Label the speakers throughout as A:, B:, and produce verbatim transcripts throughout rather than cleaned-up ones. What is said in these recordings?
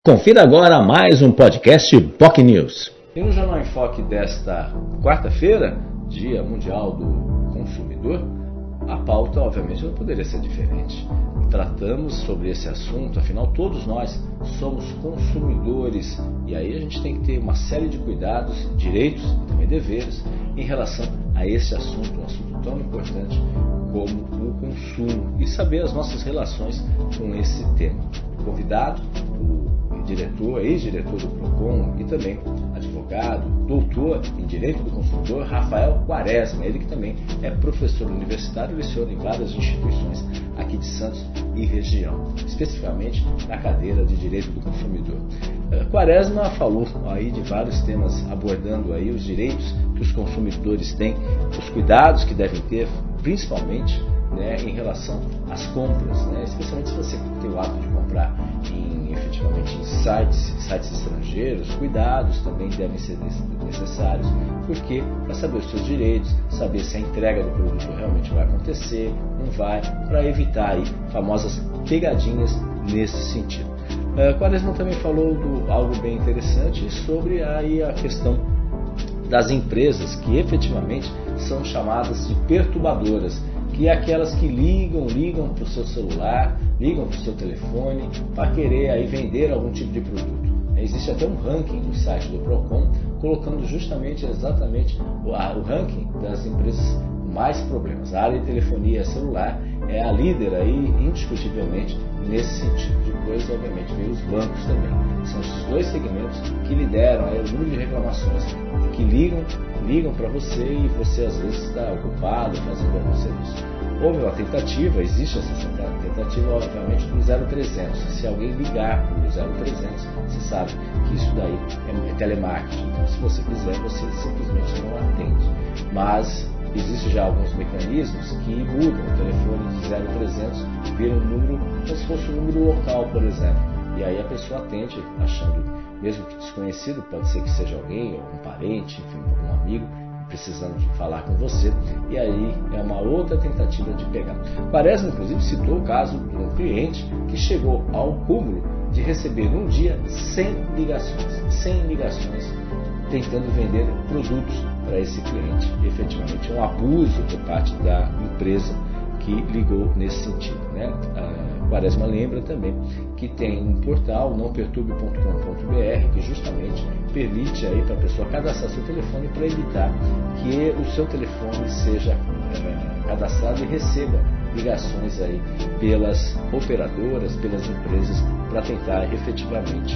A: Confira agora mais um podcast B O C News. E no Jornal em Foque desta quarta-feira, Dia Mundial do Consumidor, a pauta obviamente não poderia ser diferente. Tratamos sobre esse assunto, afinal todos nós somos consumidores e aí a gente tem que ter uma série de cuidados, direitos e também deveres em relação a esse assunto, um assunto tão importante como o consumo e saber as nossas relações com esse tema. O convidado, o diretor, ex-diretor do Procon e também advogado, doutor em Direito do Consumidor, Rafael Quaresma, ele que também é professor universitário e leciona em várias instituições aqui de Santos e região, especificamente na cadeira de Direito do Consumidor. Quaresma falou aí de vários temas, abordando aí os direitos que os consumidores têm, os cuidados que devem ter, principalmente, né, em relação às compras, né, especialmente se você tem o hábito de comprar em, efetivamente em sites, sites estrangeiros, cuidados também devem ser necessários, porque para saber os seus direitos, saber se a entrega do produto realmente vai acontecer, não vai, para evitar aí famosas pegadinhas nesse sentido. Uh, Quaresma também falou do algo bem interessante sobre aí a questão das empresas que efetivamente são chamadas de perturbadoras, que é aquelas que ligam, ligam para o seu celular, ligam para o seu telefone para querer aí vender algum tipo de produto. Existe até um ranking no site do Procon colocando justamente exatamente o, a, o ranking das empresas com mais problemas. A área de telefonia celular é a líder aí indiscutivelmente nesse sentido. Depois, obviamente, vem os bancos também. São esses dois segmentos que lideram aí o número de reclamações, que ligam, ligam para você e você às vezes está ocupado fazendo algum serviço. Houve uma tentativa, existe essa tentativa, obviamente, do zero trezentos. Se alguém ligar para o zero trezentos, você sabe que isso daí é telemarketing. Então, se você quiser, você simplesmente não atende. Mas existem já alguns mecanismos que mudam o telefone de zero trezentos, vira um número como se fosse um número local, por exemplo. E aí a pessoa atende, achando, mesmo que desconhecido, pode ser que seja alguém, algum parente, enfim, algum amigo, precisando de falar com você, e aí é uma outra tentativa de pegar. Quaresma, inclusive, citou o caso de um cliente que chegou ao cúmulo de receber num dia cem ligações, cem ligações tentando vender produtos para esse cliente. Efetivamente é um abuso por parte da empresa que ligou nesse sentido, né? A Quaresma lembra também que tem um portal, não perturbe ponto com ponto b r, que justamente permite aí para a pessoa cadastrar seu telefone para evitar que o seu telefone seja é, cadastrado e receba ligações aí pelas operadoras, pelas empresas, para tentar efetivamente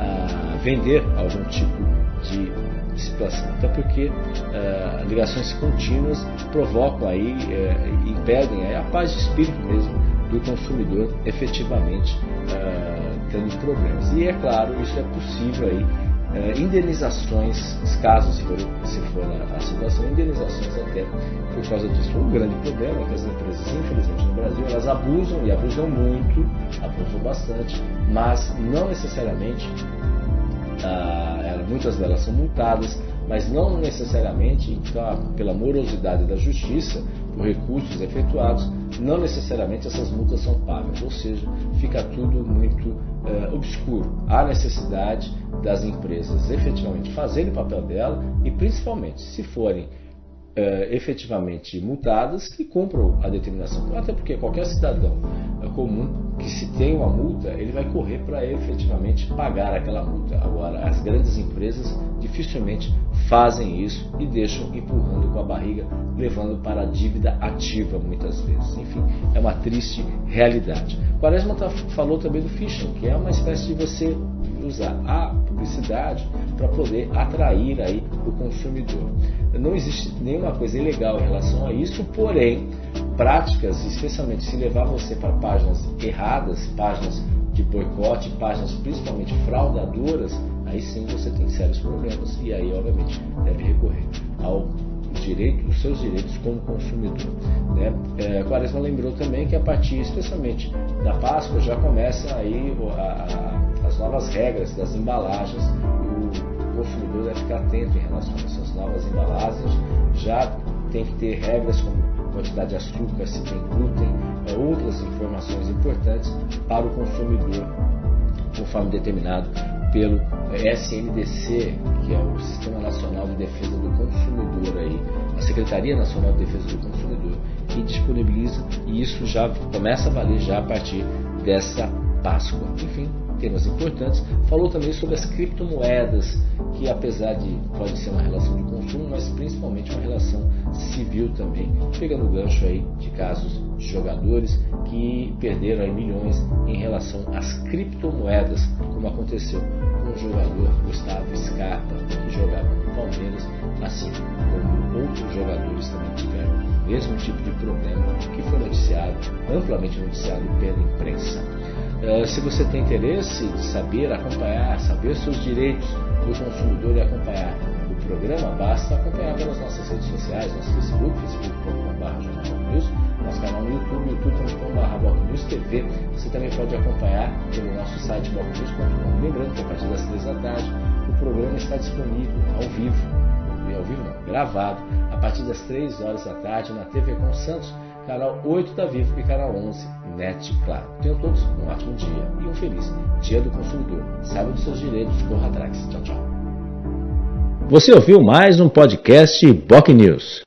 A: a, vender algum tipo de situação, até porque uh, ligações contínuas provocam aí, uh, impedem aí a paz de espírito mesmo do consumidor efetivamente uh, tendo problemas. E é claro, isso é possível aí, uh, indenizações, casos se for, se for a, a situação, indenizações até por causa disso. Um grande problema é que as empresas, infelizmente no Brasil, elas abusam e abusam muito, abusam bastante, mas não necessariamente Uh, ela, muitas delas são multadas, mas não necessariamente, então, pela morosidade da justiça, por recursos efetuados, não necessariamente essas multas são pagas, ou seja, fica tudo muito uh, obscuro. Há necessidade das empresas efetivamente fazerem o papel dela e, principalmente, se forem Uh, efetivamente multadas, que cumpram a determinação, até porque qualquer cidadão uh, comum que se tem uma multa, ele vai correr para efetivamente pagar aquela multa. Agora, as grandes empresas dificilmente fazem isso e deixam empurrando com a barriga, levando para a dívida ativa muitas vezes. Enfim, é uma triste realidade. Quaresma tá, falou também do phishing, que é uma espécie de você usar a publicidade para poder atrair aí o consumidor. Não existe nenhuma coisa ilegal em relação a isso, porém, práticas, especialmente se levar você para páginas erradas, páginas de boicote, páginas principalmente fraudadoras, aí sim você tem sérios problemas e aí, obviamente, deve recorrer ao direito, os seus direitos como consumidor, né? É, Quaresma lembrou também que a partir, especialmente da Páscoa, já começa aí a, a, as novas regras das embalagens. O consumidor deve ficar atento em relação a essas novas embalagens. Já tem que ter regras como quantidade de açúcar, se tem glúten, é, outras informações importantes para o consumidor conforme determinado pelo S N D C, que é o Sistema Nacional de Defesa do Consumidor, aí, a Secretaria Nacional de Defesa do Consumidor, que disponibiliza, e isso já começa a valer já a partir dessa Páscoa. Enfim, temas importantes. Falou também sobre as criptomoedas, que apesar de pode ser uma relação de consumo, mas principalmente uma relação civil também, pegando o gancho aí de casos de jogadores que perderam aí milhões em relação às criptomoedas, como aconteceu com o jogador Gustavo Scarpa, que jogava no Palmeiras, assim como outros jogadores também tiveram o mesmo tipo de problema, que foi noticiado, amplamente noticiado pela imprensa. Uh, se você tem interesse de saber, acompanhar, saber seus direitos do consumidor e acompanhar o programa, basta acompanhar pelas nossas redes sociais, nosso Facebook, facebook ponto com barra jornal boc news, nosso canal no YouTube, youtube ponto com barra boc news T V. Você também pode acompanhar pelo nosso site boc news ponto com. Lembrando que a partir das três da tarde o programa está disponível ao vivo, ao vivo não, gravado, a partir das três horas da tarde na T V Com Santos, canal oito da Vivo e canal onze, Net Claro. Tenham todos um ótimo dia e um feliz Dia do Consumidor. Saiba dos seus direitos, corra atrás. Tchau, tchau. Você ouviu mais um podcast Boc News.